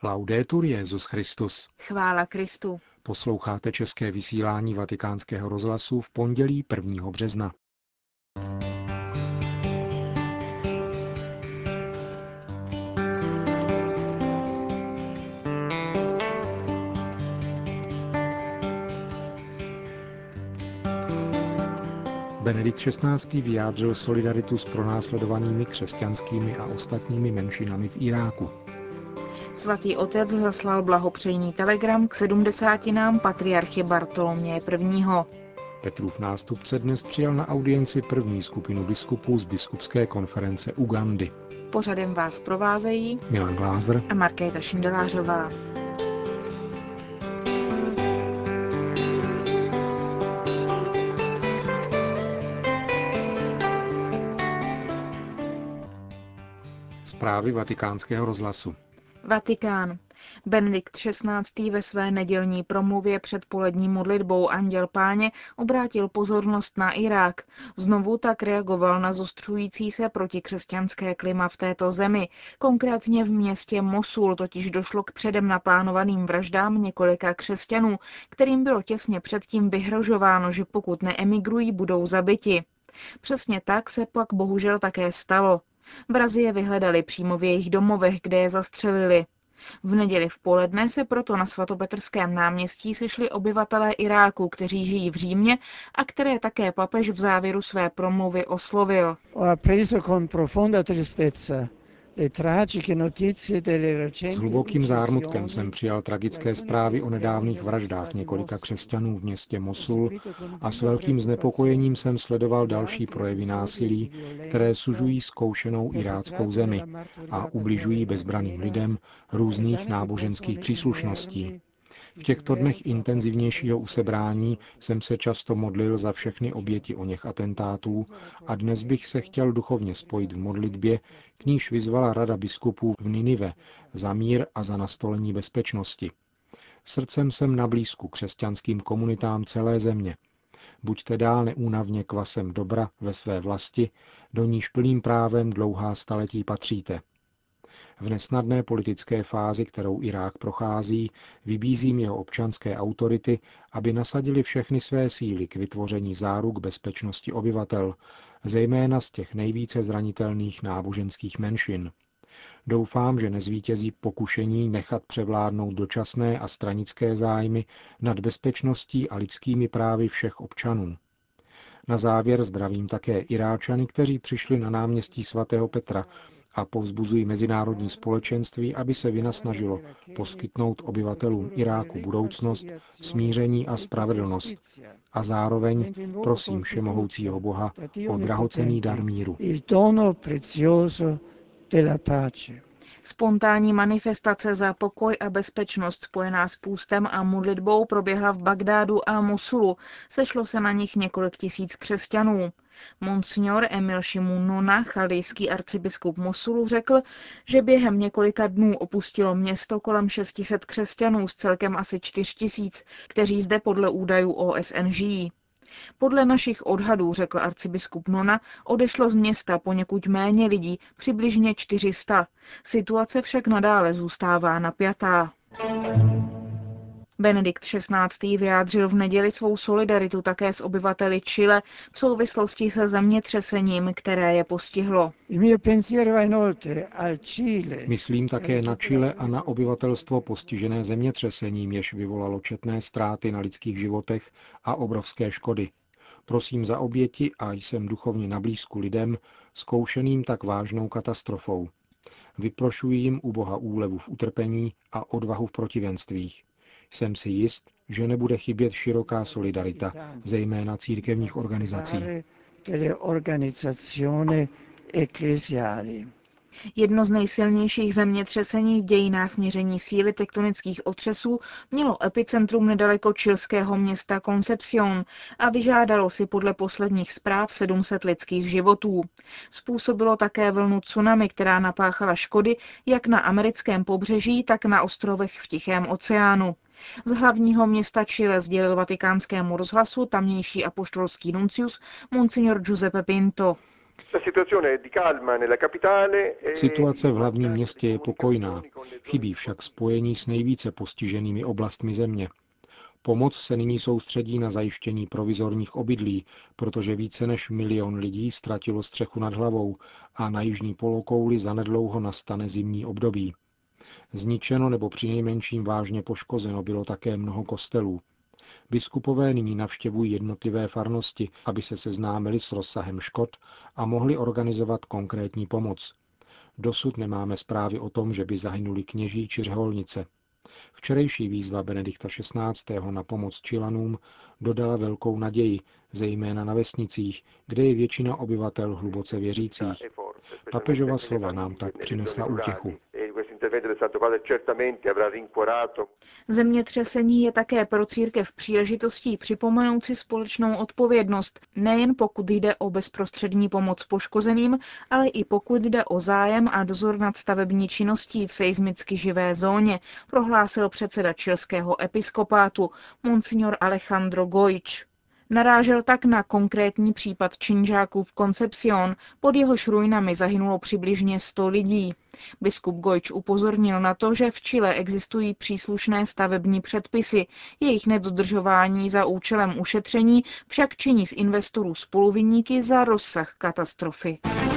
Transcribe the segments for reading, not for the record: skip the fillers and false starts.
Laudetur Jesus Christus. Chvála Kristu. Posloucháte české vysílání Vatikánského rozhlasu v pondělí 1. března. Benedikt XVI. Vyjádřil solidaritu s pronásledovanými křesťanskými a ostatními menšinami v Iráku. Svatý otec zaslal blahopřejný telegram k 70. patriarchy Bartoloměje I. Petrův nástupce dnes přijal na audienci první skupinu biskupů z biskupské konference Ugandy. Pořadem vás provázejí Milan Glázer a Markéta Šindelářová. Zprávy Vatikánského rozhlasu. Vatikán. Benedikt XVI. Ve své nedělní promluvě před polední modlitbou Anděl Páně obrátil pozornost na Irák. Znovu tak reagoval na zostřující se protikřesťanské klima v této zemi. Konkrétně v městě Mosul totiž došlo k předem naplánovaným vraždám několika křesťanů, kterým bylo těsně předtím vyhrožováno, že pokud neemigrují, budou zabiti. Přesně tak se pak bohužel také stalo. Vrazi je vyhledali přímo v jejich domovech, kde je zastřelili. V neděli v poledne se proto na svatopetrském náměstí sešli obyvatelé Iráku, kteří žijí v Římě a které také papež v závěru své promluvy oslovil. S hlubokým zármutkem jsem přijal tragické zprávy o nedávných vraždách několika křesťanů v městě Mosul a s velkým znepokojením jsem sledoval další projevy násilí, které sužují zkoušenou iráckou zemi a ubližují bezbranným lidem různých náboženských příslušností. V těchto dnech intenzivnějšího usebrání jsem se často modlil za všechny oběti oněch atentátů a dnes bych se chtěl duchovně spojit v modlitbě, k níž vyzvala Rada biskupů v Ninive za mír a za nastolení bezpečnosti. Srdcem jsem na blízku křesťanským komunitám celé země. Buďte dál neúnavně kvasem dobra ve své vlasti, do níž plným právem dlouhá staletí patříte. V nesnadné politické fázi, kterou Irák prochází, vybízím jeho občanské autority, aby nasadili všechny své síly k vytvoření záruk bezpečnosti obyvatel, zejména z těch nejvíce zranitelných náboženských menšin. Doufám, že nezvítězí pokušení nechat převládnout dočasné a stranické zájmy nad bezpečností a lidskými právy všech občanů. Na závěr zdravím také Iráčany, kteří přišli na náměstí svatého Petra, a povzbuzují mezinárodní společenství, aby se vynasnažilo poskytnout obyvatelům Iráku budoucnost, smíření a spravedlnost. A zároveň prosím všemohoucího Boha o drahocenný dar míru. Spontánní manifestace za pokoj a bezpečnost spojená s půstem a modlitbou proběhla v Bagdádu a Mosulu. Sešlo se na nich několik tisíc křesťanů. Monsignor Emil Šimun Nona, chaldejský arcibiskup Mosulu, řekl, že během několika dnů opustilo město kolem 600 křesťanů z celkem asi 4 000, kteří zde podle údajů OSN žijí. Podle našich odhadů, řekl arcibiskup Nona, odešlo z města poněkud méně lidí, přibližně 400. Situace však nadále zůstává napjatá. Benedikt XVI. Vyjádřil v neděli svou solidaritu také s obyvateli Chile v souvislosti se zemětřesením, které je postihlo. Myslím také na Chile a na obyvatelstvo postižené zemětřesením, jež vyvolalo četné ztráty na lidských životech a obrovské škody. Prosím za oběti a jsem duchovně na blízku lidem, zkoušeným tak vážnou katastrofou. Vyprošuji jim u Boha úlevu v utrpení a odvahu v protivenstvích. Jsem si jist, že nebude chybět široká solidarita, zejména církevních organizací. Jedno z nejsilnějších zemětřesení v dějinách měření síly tektonických otřesů mělo epicentrum nedaleko chilského města Concepción a vyžádalo si podle posledních zpráv 700 lidských životů. Způsobilo také vlnu tsunami, která napáchala škody jak na americkém pobřeží, tak na ostrovech v Tichém oceánu. Z hlavního města Chile sdělil Vatikánskému rozhlasu tamnější apoštolský nuncius Monsignor Giuseppe Pinto. Situace v hlavním městě je pokojná, chybí však spojení s nejvíce postiženými oblastmi země. Pomoc se nyní soustředí na zajištění provizorních obydlí, protože více než 1 milion lidí ztratilo střechu nad hlavou a na jižní polokouli zanedlouho nastane zimní období. Zničeno nebo přinejmenším vážně poškozeno bylo také mnoho kostelů. Biskupové nyní navštěvují jednotlivé farnosti, aby se seznámili s rozsahem škod a mohli organizovat konkrétní pomoc. Dosud nemáme zprávy o tom, že by zahynuli kněží či řeholnice. Včerejší výzva Benedikta XVI. Na pomoc Chilanům dodala velkou naději, zejména na vesnicích, kde je většina obyvatel hluboce věřících. Papežova slova nám tak přinesla útěchu. Zemětřesení je také pro církev příležitostí připomenout si společnou odpovědnost, nejen pokud jde o bezprostřední pomoc poškozeným, ale i pokud jde o zájem a dozor nad stavební činností v seismicky živé zóně, prohlásil předseda chilského episkopátu monsignor Alejandro Goič. Narážel tak na konkrétní případ činžáků v Concepción, pod jehož ruinami zahynulo přibližně 100 lidí. Biskup Goič upozornil na to, že v Chile existují příslušné stavební předpisy, jejich nedodržování za účelem ušetření však činí z investorů spoluviníky za rozsah katastrofy.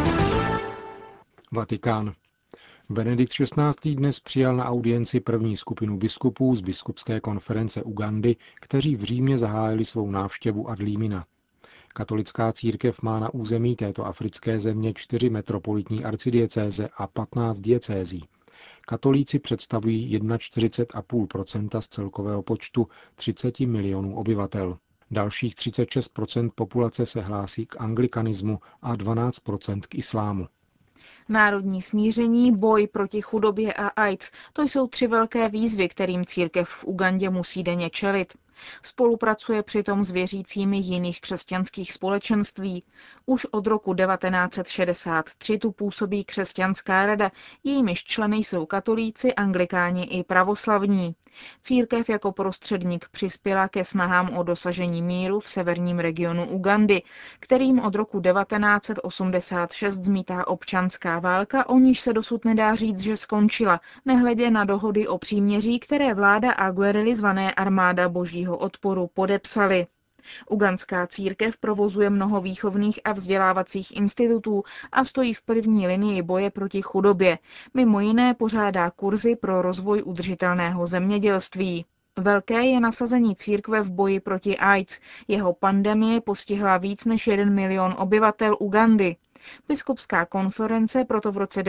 Vatikán. Benedikt XVI. Dnes přijal na audienci první skupinu biskupů z biskupské konference Ugandy, kteří v Římě zahájili svou návštěvu ad limina. Katolická církev má na území této africké země 4 metropolitní arcidiecéze a 15 diecézí. Katolíci představují 41,5% z celkového počtu 30 milionů obyvatel. Dalších 36% populace se hlásí k anglikanismu a 12% k islámu. Národní smíření, boj proti chudobě a AIDS, to jsou 3 velké výzvy, kterým církev v Ugandě musí denně čelit. Spolupracuje přitom s věřícími jiných křesťanských společenství. Už od roku 1963 tu působí Křesťanská rada, jejímiž členy jsou katolíci, anglikáni i pravoslavní. Církev jako prostředník přispěla ke snahám o dosažení míru v severním regionu Ugandy, kterým od roku 1986 zmítá občanská válka, o níž se dosud nedá říct, že skončila, nehledě na dohody o příměří, které vláda a guerily zvané Armáda božího odporu podepsali. Ugandská církev provozuje mnoho výchovných a vzdělávacích institutů a stojí v první linii boje proti chudobě. Mimo jiné pořádá kurzy pro rozvoj udržitelného zemědělství. Velké je nasazení církve v boji proti AIDS. Jeho pandemie postihla víc než 1 milion obyvatel Ugandy. Biskupská konference proto v roce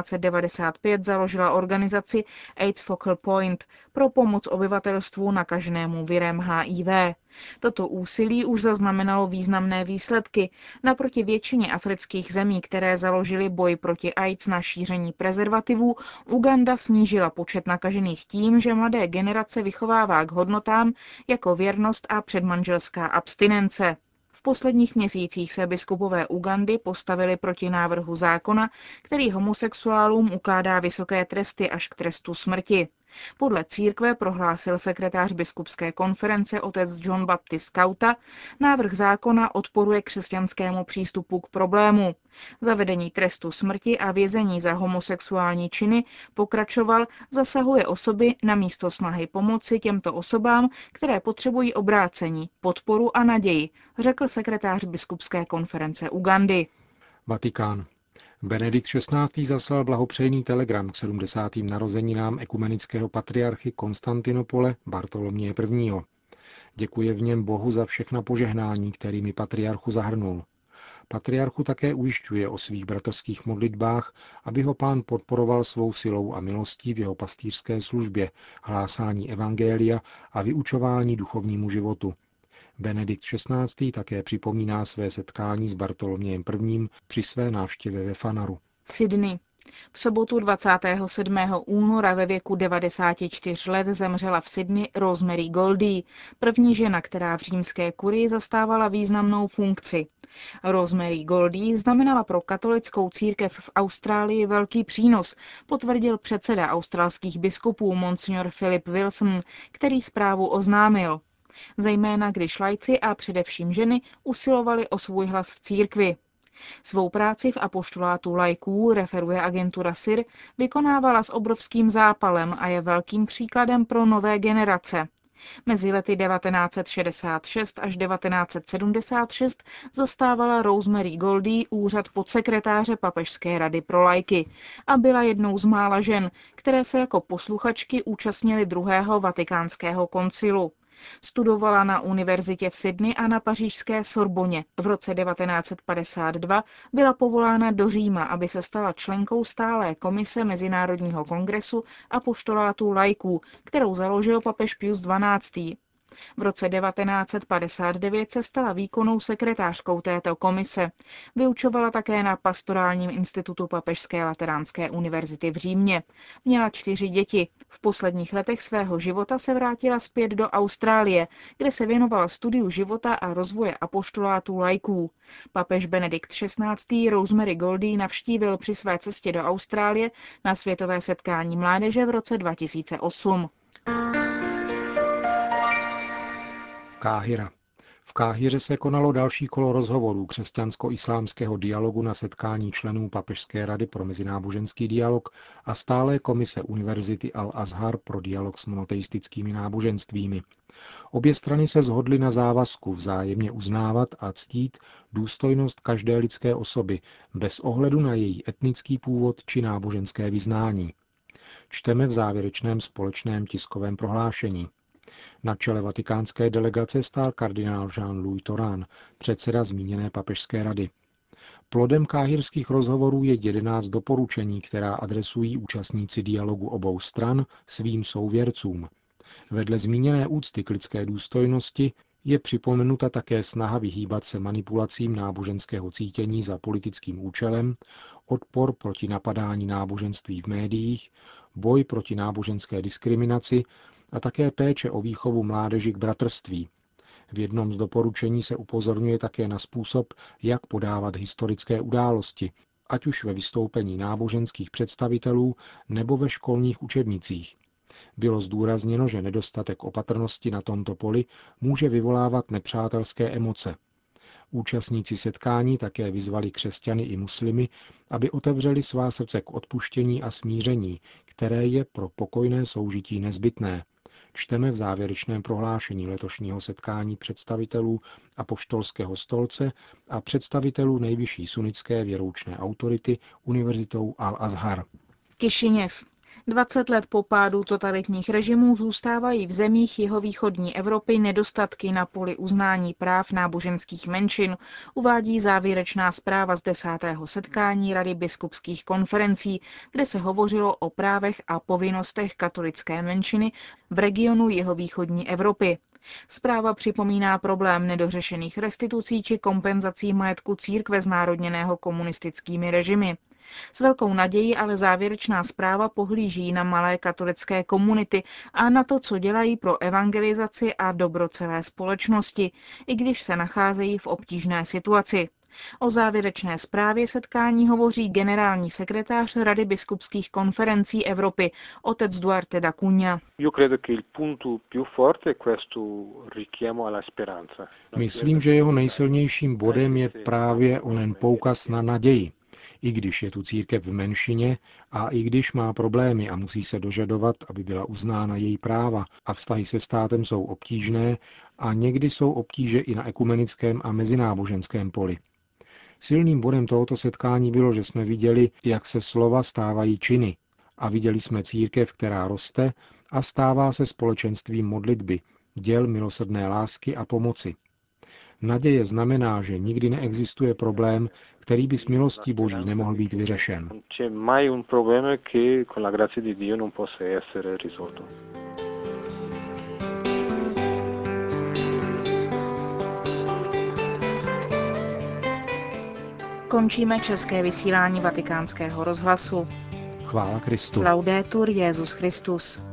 1995 založila organizaci AIDS Focal Point pro pomoc obyvatelstvu nakaženému virem HIV. Toto úsilí už zaznamenalo významné výsledky. Naproti většině afrických zemí, které založily boj proti AIDS na šíření prezervativů, Uganda snížila počet nakažených tím, že mladé generace vychovává k hodnotám jako věrnost a předmanželská abstinence. V posledních měsících se biskupové Ugandy postavili proti návrhu zákona, který homosexuálům ukládá vysoké tresty až k trestu smrti. Podle církve, prohlásil sekretář biskupské konference otec John Baptist Kauta, návrh zákona odporuje křesťanskému přístupu k problému. Zavedení trestu smrti a vězení za homosexuální činy, pokračoval, zasahuje osoby na místo snahy pomoci těmto osobám, které potřebují obrácení, podporu a naději, řekl sekretář biskupské konference Ugandy. Vatikán. Benedikt XVI. Zaslal blahopřejný telegram k 70. narozeninám ekumenického patriarchy Konstantinopole Bartoloměje I. Děkuje v něm Bohu za všechna požehnání, kterými patriarchu zahrnul. Patriarchu také ujišťuje o svých bratrských modlitbách, aby ho Pán podporoval svou silou a milostí v jeho pastýřské službě, hlásání evangelia a vyučování duchovnímu životu. Benedikt XVI. Také připomíná své setkání s Bartolomějem I. při své návštěvě ve Fanaru. Sydney. V sobotu 27. února ve věku 94 let zemřela v Sydney Rosemary Goldie, první žena, která v římské kurii zastávala významnou funkci. Rosemary Goldie znamenala pro katolickou církev v Austrálii velký přínos, potvrdil předseda australských biskupů monsignor Philip Wilson, který zprávu oznámil. Zejména když laici a především ženy usilovali o svůj hlas v církvi. Svou práci v apoštolátu laiků, referuje agentura SIR, vykonávala s obrovským zápalem a je velkým příkladem pro nové generace. Mezi lety 1966 až 1976 zastávala Rosemary Goldie úřad podsekretáře Papežské rady pro laiky a byla jednou z mála žen, které se jako posluchačky účastnily druhého vatikánského koncilu. Studovala na univerzitě v Sydney a na pařížské Sorboně. V roce 1952 byla povolána do Říma, aby se stala členkou stálé komise Mezinárodního kongresu apoštolátů laiků, kterou založil papež Pius XII. V roce 1959 se stala výkonnou sekretářkou této komise. Vyučovala také na Pastorálním institutu Papežské lateránské univerzity v Římě. Měla 4 děti. V posledních letech svého života se vrátila zpět do Austrálie, kde se věnovala studiu života a rozvoje apoštolátů laiků. Papež Benedikt XVI. Rosemary Goldie navštívil při své cestě do Austrálie na světové setkání mládeže v roce 2008. Káhira. V Káhiře se konalo další kolo rozhovorů křesťansko-islámského dialogu na setkání členů Papežské rady pro mezináboženský dialog a stálé komise Univerzity Al-Azhar pro dialog s monoteistickými náboženstvími. Obě strany se shodly na závazku vzájemně uznávat a ctít důstojnost každé lidské osoby bez ohledu na její etnický původ či náboženské vyznání. Čteme v závěrečném společném tiskovém prohlášení. Na čele vatikánské delegace stál kardinál Jean-Louis Torán, předseda zmíněné papežské rady. Plodem káhirských rozhovorů je 11 doporučení, která adresují účastníci dialogu obou stran svým souvěrcům. Vedle zmíněné úcty k lidské důstojnosti je připomenuta také snaha vyhýbat se manipulacím náboženského cítění za politickým účelem, odpor proti napadání náboženství v médiích, boj proti náboženské diskriminaci a také péče o výchovu mládeži k bratrství. V jednom z doporučení se upozorňuje také na způsob, jak podávat historické události, ať už ve vystoupení náboženských představitelů nebo ve školních učebnicích. Bylo zdůrazněno, že nedostatek opatrnosti na tomto poli může vyvolávat nepřátelské emoce. Účastníci setkání také vyzvali křesťany i muslimy, aby otevřeli svá srdce k odpuštění a smíření, které je pro pokojné soužití nezbytné. Čteme v závěrečném prohlášení letošního setkání představitelů Apoštolského stolce a představitelů nejvyšší sunnické věroučné autority Univerzitou Al-Azhar. Kišiněv. 20 let po pádu totalitních režimů zůstávají v zemích jihovýchodní Evropy nedostatky na poli uznání práv náboženských menšin, uvádí závěrečná zpráva z 10. setkání Rady biskupských konferencí, kde se hovořilo o právech a povinnostech katolické menšiny v regionu jihovýchodní Evropy. Zpráva připomíná problém nedořešených restitucí či kompenzací majetku církve znárodněného komunistickými režimy. S velkou nadějí ale závěrečná zpráva pohlíží na malé katolické komunity a na to, co dělají pro evangelizaci a dobro celé společnosti, i když se nacházejí v obtížné situaci. O závěrečné zprávě setkání hovoří generální sekretář Rady biskupských konferencí Evropy, otec Duarte da Cunha. Myslím, že jeho nejsilnějším bodem je právě onen poukaz na naději. I když je tu církev v menšině a i když má problémy a musí se dožadovat, aby byla uznána její práva a vztahy se státem jsou obtížné a někdy jsou obtíže i na ekumenickém a mezináboženském poli. Silným bodem tohoto setkání bylo, že jsme viděli, jak se slova stávají činy a viděli jsme církev, která roste a stává se společenstvím modlitby, děl milosrdné lásky a pomoci. Naděje znamená, že nikdy neexistuje problém, který by s milostí Boží nemohl být vyřešen. Končíme české vysílání Vatikánského rozhlasu. Chvála Kristu. Laudetur Jesus Christus.